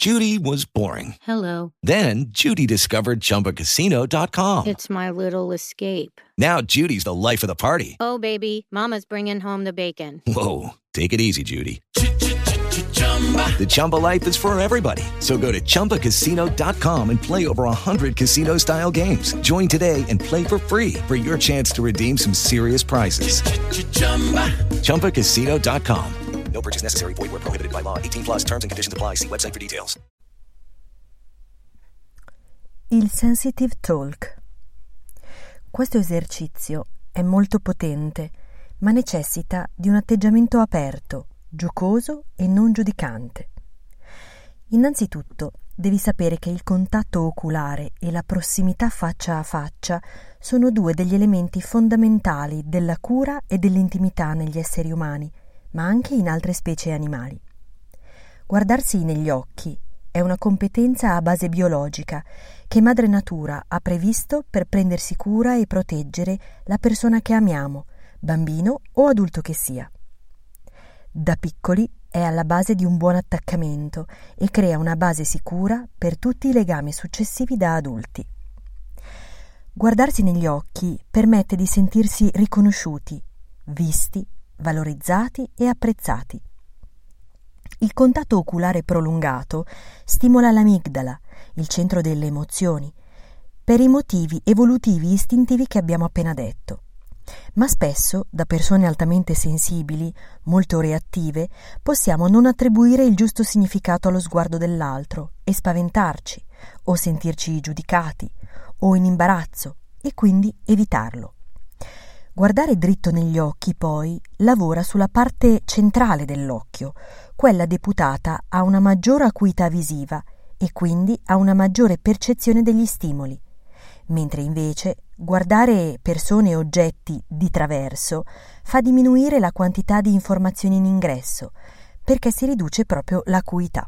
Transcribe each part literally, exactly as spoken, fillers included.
Judy was boring. Hello. Then Judy discovered Chumba Casino dot com. It's my little escape. Now Judy's the life of the party. Oh, baby, mama's bringing home the bacon. Whoa, take it easy, Judy. The Chumba life is for everybody. So go to Chumba Casino dot com and play over one hundred casino-style games. Join today and play for free for your chance to redeem some serious prizes. Chumba Casino dot com. No purchase necessary. Void where prohibited by law. eighteen plus terms and conditions apply. See website for details. Il sensitive talk. Questo esercizio è molto potente, ma necessita di un atteggiamento aperto, giocoso e non giudicante. Innanzitutto, devi sapere che il contatto oculare e la prossimità faccia a faccia sono due degli elementi fondamentali della cura e dell'intimità negli esseri umani, ma anche in altre specie animali. Guardarsi negli occhi è una competenza a base biologica che Madre Natura ha previsto per prendersi cura e proteggere la persona che amiamo, bambino o adulto che sia. Da piccoli è alla base di un buon attaccamento e crea una base sicura per tutti i legami successivi da adulti. Guardarsi negli occhi permette di sentirsi riconosciuti, visti, valorizzati e apprezzati. Il contatto oculare prolungato stimola l'amigdala, il centro delle emozioni, per i motivi evolutivi istintivi che abbiamo appena detto. Ma spesso, da persone altamente sensibili, molto reattive, possiamo non attribuire il giusto significato allo sguardo dell'altro e spaventarci, o sentirci giudicati, o in imbarazzo, e quindi evitarlo. Guardare dritto negli occhi, poi, lavora sulla parte centrale dell'occhio, quella deputata a una maggiore acuità visiva e quindi a una maggiore percezione degli stimoli, mentre invece guardare persone e oggetti di traverso fa diminuire la quantità di informazioni in ingresso, perché si riduce proprio l'acuità.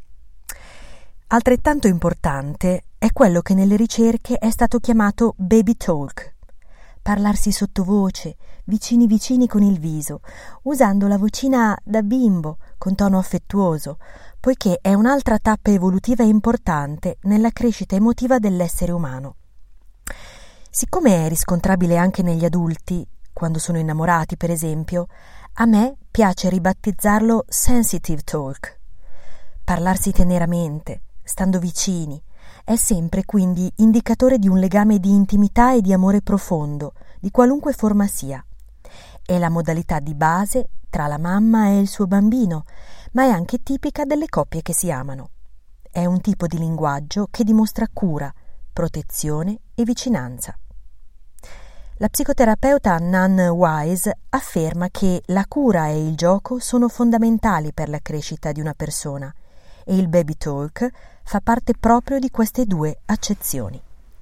Altrettanto importante è quello che nelle ricerche è stato chiamato baby talk. Parlarsi sottovoce, vicini vicini con il viso, usando la vocina da bimbo, con tono affettuoso, poiché è un'altra tappa evolutiva importante nella crescita emotiva dell'essere umano. Siccome è riscontrabile anche negli adulti, quando sono innamorati per esempio, a me piace ribattezzarlo sensitive talk. Parlarsi teneramente, stando vicini, è sempre quindi indicatore di un legame di intimità e di amore profondo, di qualunque forma sia. È la modalità di base tra la mamma e il suo bambino, ma è anche tipica delle coppie che si amano. È un tipo di linguaggio che dimostra cura, protezione e vicinanza. La psicoterapeuta Nan Wise afferma che la cura e il gioco sono fondamentali per la crescita di una persona e il baby talk fa parte proprio di queste due accezioni.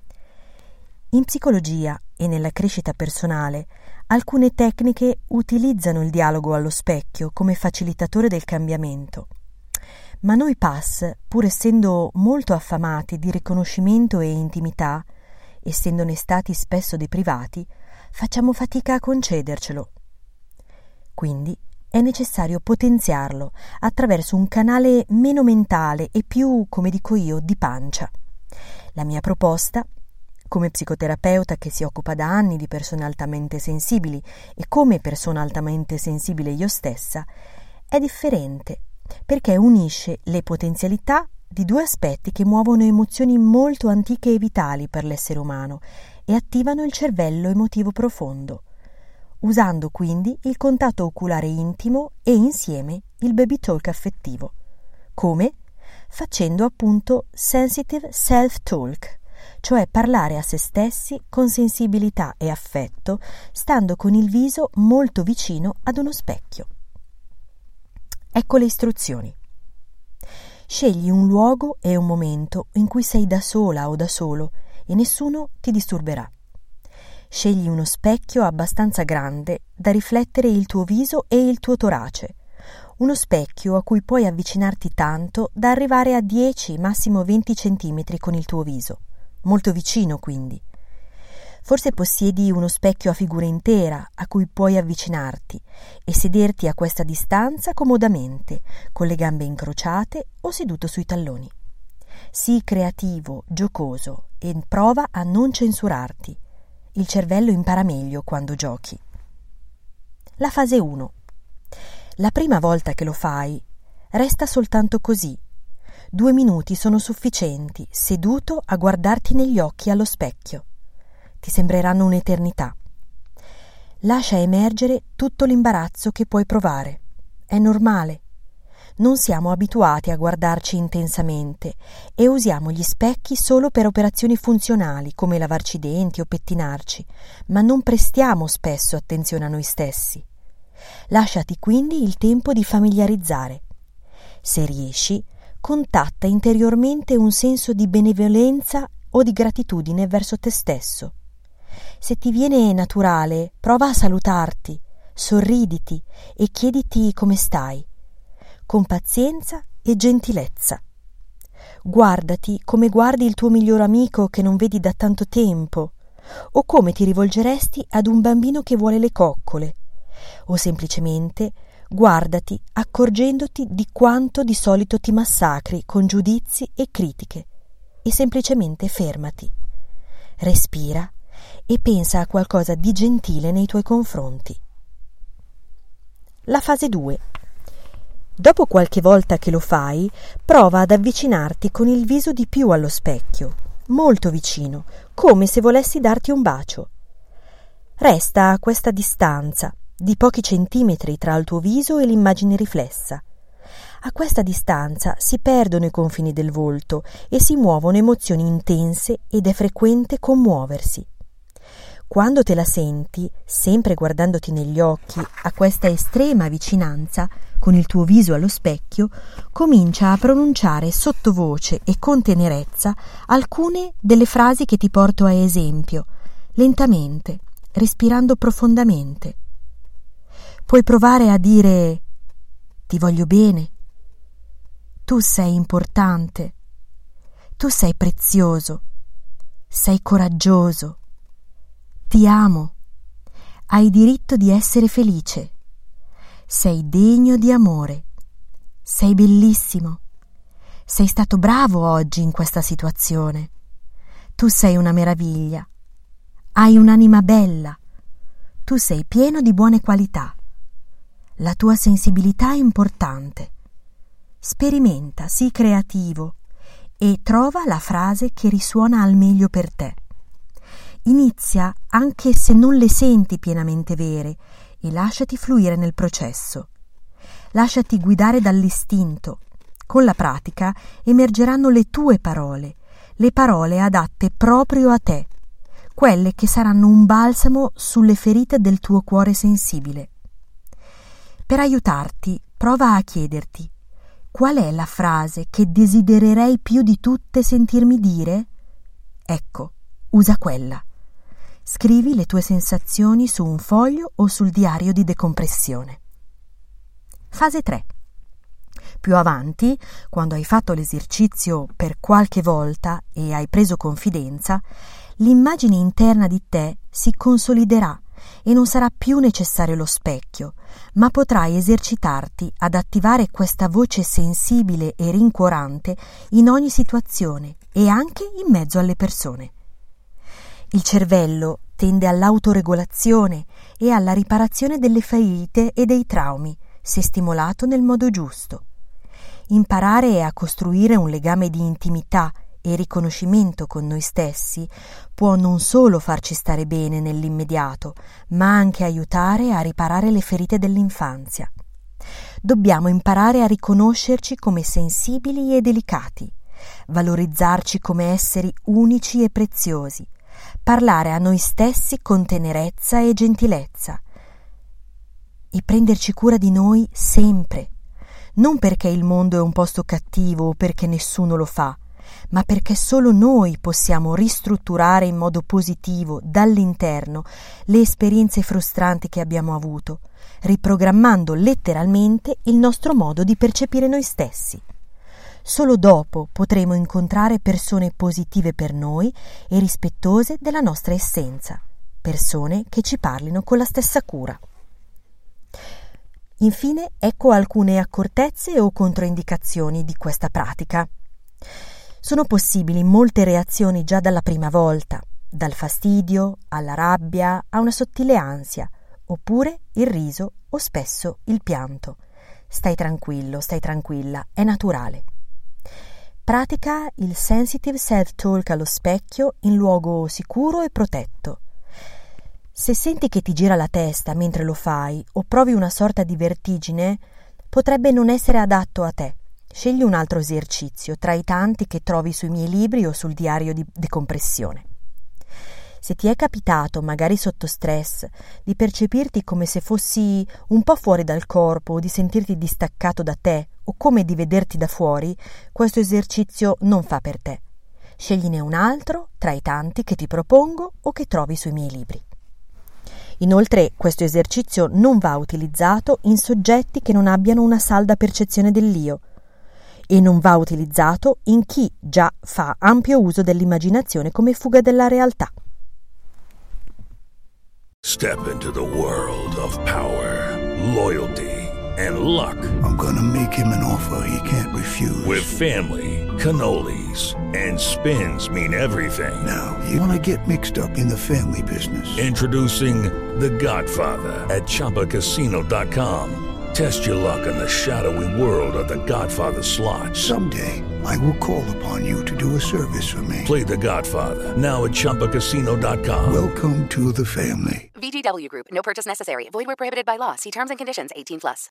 In psicologia e nella crescita personale, alcune tecniche utilizzano il dialogo allo specchio come facilitatore del cambiamento. Ma noi P A S, pur essendo molto affamati di riconoscimento e intimità, essendone stati spesso deprivati, facciamo fatica a concedercelo. Quindi è necessario potenziarlo attraverso un canale meno mentale e più, come dico io, di pancia. La mia proposta, come psicoterapeuta che si occupa da anni di persone altamente sensibili e come persona altamente sensibile io stessa, è differente perché unisce le potenzialità di due aspetti che muovono emozioni molto antiche e vitali per l'essere umano e attivano il cervello emotivo profondo, usando quindi il contatto oculare intimo e insieme il baby talk affettivo. Come? Facendo appunto sensitive self-talk, cioè parlare a se stessi con sensibilità e affetto, stando con il viso molto vicino ad uno specchio. Ecco le istruzioni. Scegli un luogo e un momento in cui sei da sola o da solo e nessuno ti disturberà. Scegli uno specchio abbastanza grande da riflettere il tuo viso e il tuo torace, uno specchio a cui puoi avvicinarti tanto da arrivare a dieci, massimo venti centimetri con il tuo viso, molto vicino quindi. Forse possiedi uno specchio a figura intera a cui puoi avvicinarti e sederti a questa distanza comodamente, con le gambe incrociate o seduto sui talloni. Sii creativo, giocoso e prova a non censurarti. Il cervello impara meglio quando giochi. La fase uno. La prima volta che lo fai, resta soltanto così. Due minuti sono sufficienti, seduto a guardarti negli occhi allo specchio. Ti sembreranno un'eternità. Lascia emergere tutto l'imbarazzo che puoi provare. È normale. Non siamo abituati a guardarci intensamente e usiamo gli specchi solo per operazioni funzionali come lavarci i denti o pettinarci, ma non prestiamo spesso attenzione a noi stessi. Lasciati quindi il tempo di familiarizzare. Se riesci, contatta interiormente un senso di benevolenza o di gratitudine verso te stesso. Se ti viene naturale, prova a salutarti, sorriditi e chiediti come stai, con pazienza e gentilezza. Guardati come guardi il tuo miglior amico che non vedi da tanto tempo, o come ti rivolgeresti ad un bambino che vuole le coccole, o semplicemente guardati accorgendoti di quanto di solito ti massacri con giudizi e critiche, e semplicemente fermati. Respira e pensa a qualcosa di gentile nei tuoi confronti. La fase due. Dopo qualche volta che lo fai, prova ad avvicinarti con il viso di più allo specchio, molto vicino, come se volessi darti un bacio. Resta a questa distanza, di pochi centimetri tra il tuo viso e l'immagine riflessa. A questa distanza si perdono i confini del volto e si muovono emozioni intense ed è frequente commuoversi. Quando te la senti, sempre guardandoti negli occhi, a questa estrema vicinanza, con il tuo viso allo specchio, comincia a pronunciare sottovoce e con tenerezza alcune delle frasi che ti porto a esempio, lentamente, respirando profondamente. Puoi provare a dire: ti voglio bene, tu sei importante, tu sei prezioso, sei coraggioso, ti amo, hai diritto di essere felice, sei degno di amore, sei bellissimo, sei stato bravo oggi in questa situazione, tu sei una meraviglia, hai un'anima bella, tu sei pieno di buone qualità, la tua sensibilità è importante. Sperimenta, sii creativo e trova la frase che risuona al meglio per te. Inizia anche se non le senti pienamente vere e lasciati fluire nel processo. Lasciati guidare dall'istinto. Con la pratica emergeranno le tue parole, le parole adatte proprio a te, quelle che saranno un balsamo sulle ferite del tuo cuore sensibile. Per aiutarti, prova a chiederti: qual è la frase che desidererei più di tutte sentirmi dire? Ecco, usa quella. Scrivi le tue sensazioni su un foglio o sul diario di decompressione. Fase tre. Più avanti, quando hai fatto l'esercizio per qualche volta e hai preso confidenza, l'immagine interna di te si consoliderà e non sarà più necessario lo specchio, ma potrai esercitarti ad attivare questa voce sensibile e rincuorante in ogni situazione e anche in mezzo alle persone. Il cervello tende all'autoregolazione e alla riparazione delle ferite e dei traumi, se stimolato nel modo giusto. Imparare a costruire un legame di intimità e riconoscimento con noi stessi può non solo farci stare bene nell'immediato, ma anche aiutare a riparare le ferite dell'infanzia. Dobbiamo imparare a riconoscerci come sensibili e delicati, valorizzarci come esseri unici e preziosi, parlare a noi stessi con tenerezza e gentilezza e prenderci cura di noi sempre, non perché il mondo è un posto cattivo o perché nessuno lo fa, ma perché solo noi possiamo ristrutturare in modo positivo dall'interno le esperienze frustranti che abbiamo avuto, riprogrammando letteralmente il nostro modo di percepire noi stessi. Solo dopo potremo incontrare persone positive per noi e rispettose della nostra essenza, persone che ci parlino con la stessa cura. Infine, ecco alcune accortezze o controindicazioni di questa pratica. Sono possibili molte reazioni già dalla prima volta, dal fastidio alla rabbia a una sottile ansia, oppure il riso o spesso il pianto. Stai tranquillo, stai tranquilla, è naturale. Pratica il sensitive self-talk allo specchio in luogo sicuro e protetto. Se senti che ti gira la testa mentre lo fai o provi una sorta di vertigine, potrebbe non essere adatto a te. Scegli un altro esercizio tra i tanti che trovi sui miei libri o sul diario di decompressione. Se ti è capitato, magari sotto stress, di percepirti come se fossi un po' fuori dal corpo o di sentirti distaccato da te o come di vederti da fuori, questo esercizio non fa per te. Scegliene un altro tra i tanti che ti propongo o che trovi sui miei libri. Inoltre, questo esercizio non va utilizzato in soggetti che non abbiano una salda percezione dell'io e non va utilizzato in chi già fa ampio uso dell'immaginazione come fuga dalla realtà. Step into the world of power, loyalty, and luck. I'm gonna make him an offer he can't refuse. With family, cannolis, and spins mean everything. Now, you wanna get mixed up in the family business. Introducing The Godfather at Chumba Casino dot com. Test your luck in the shadowy world of The Godfather slot. Someday, I will call upon you to do a service for me. Play The Godfather, now at Chumba Casino dot com. Welcome to the family. V G W Group. No purchase necessary. Void where prohibited by law. See terms and conditions. eighteen plus.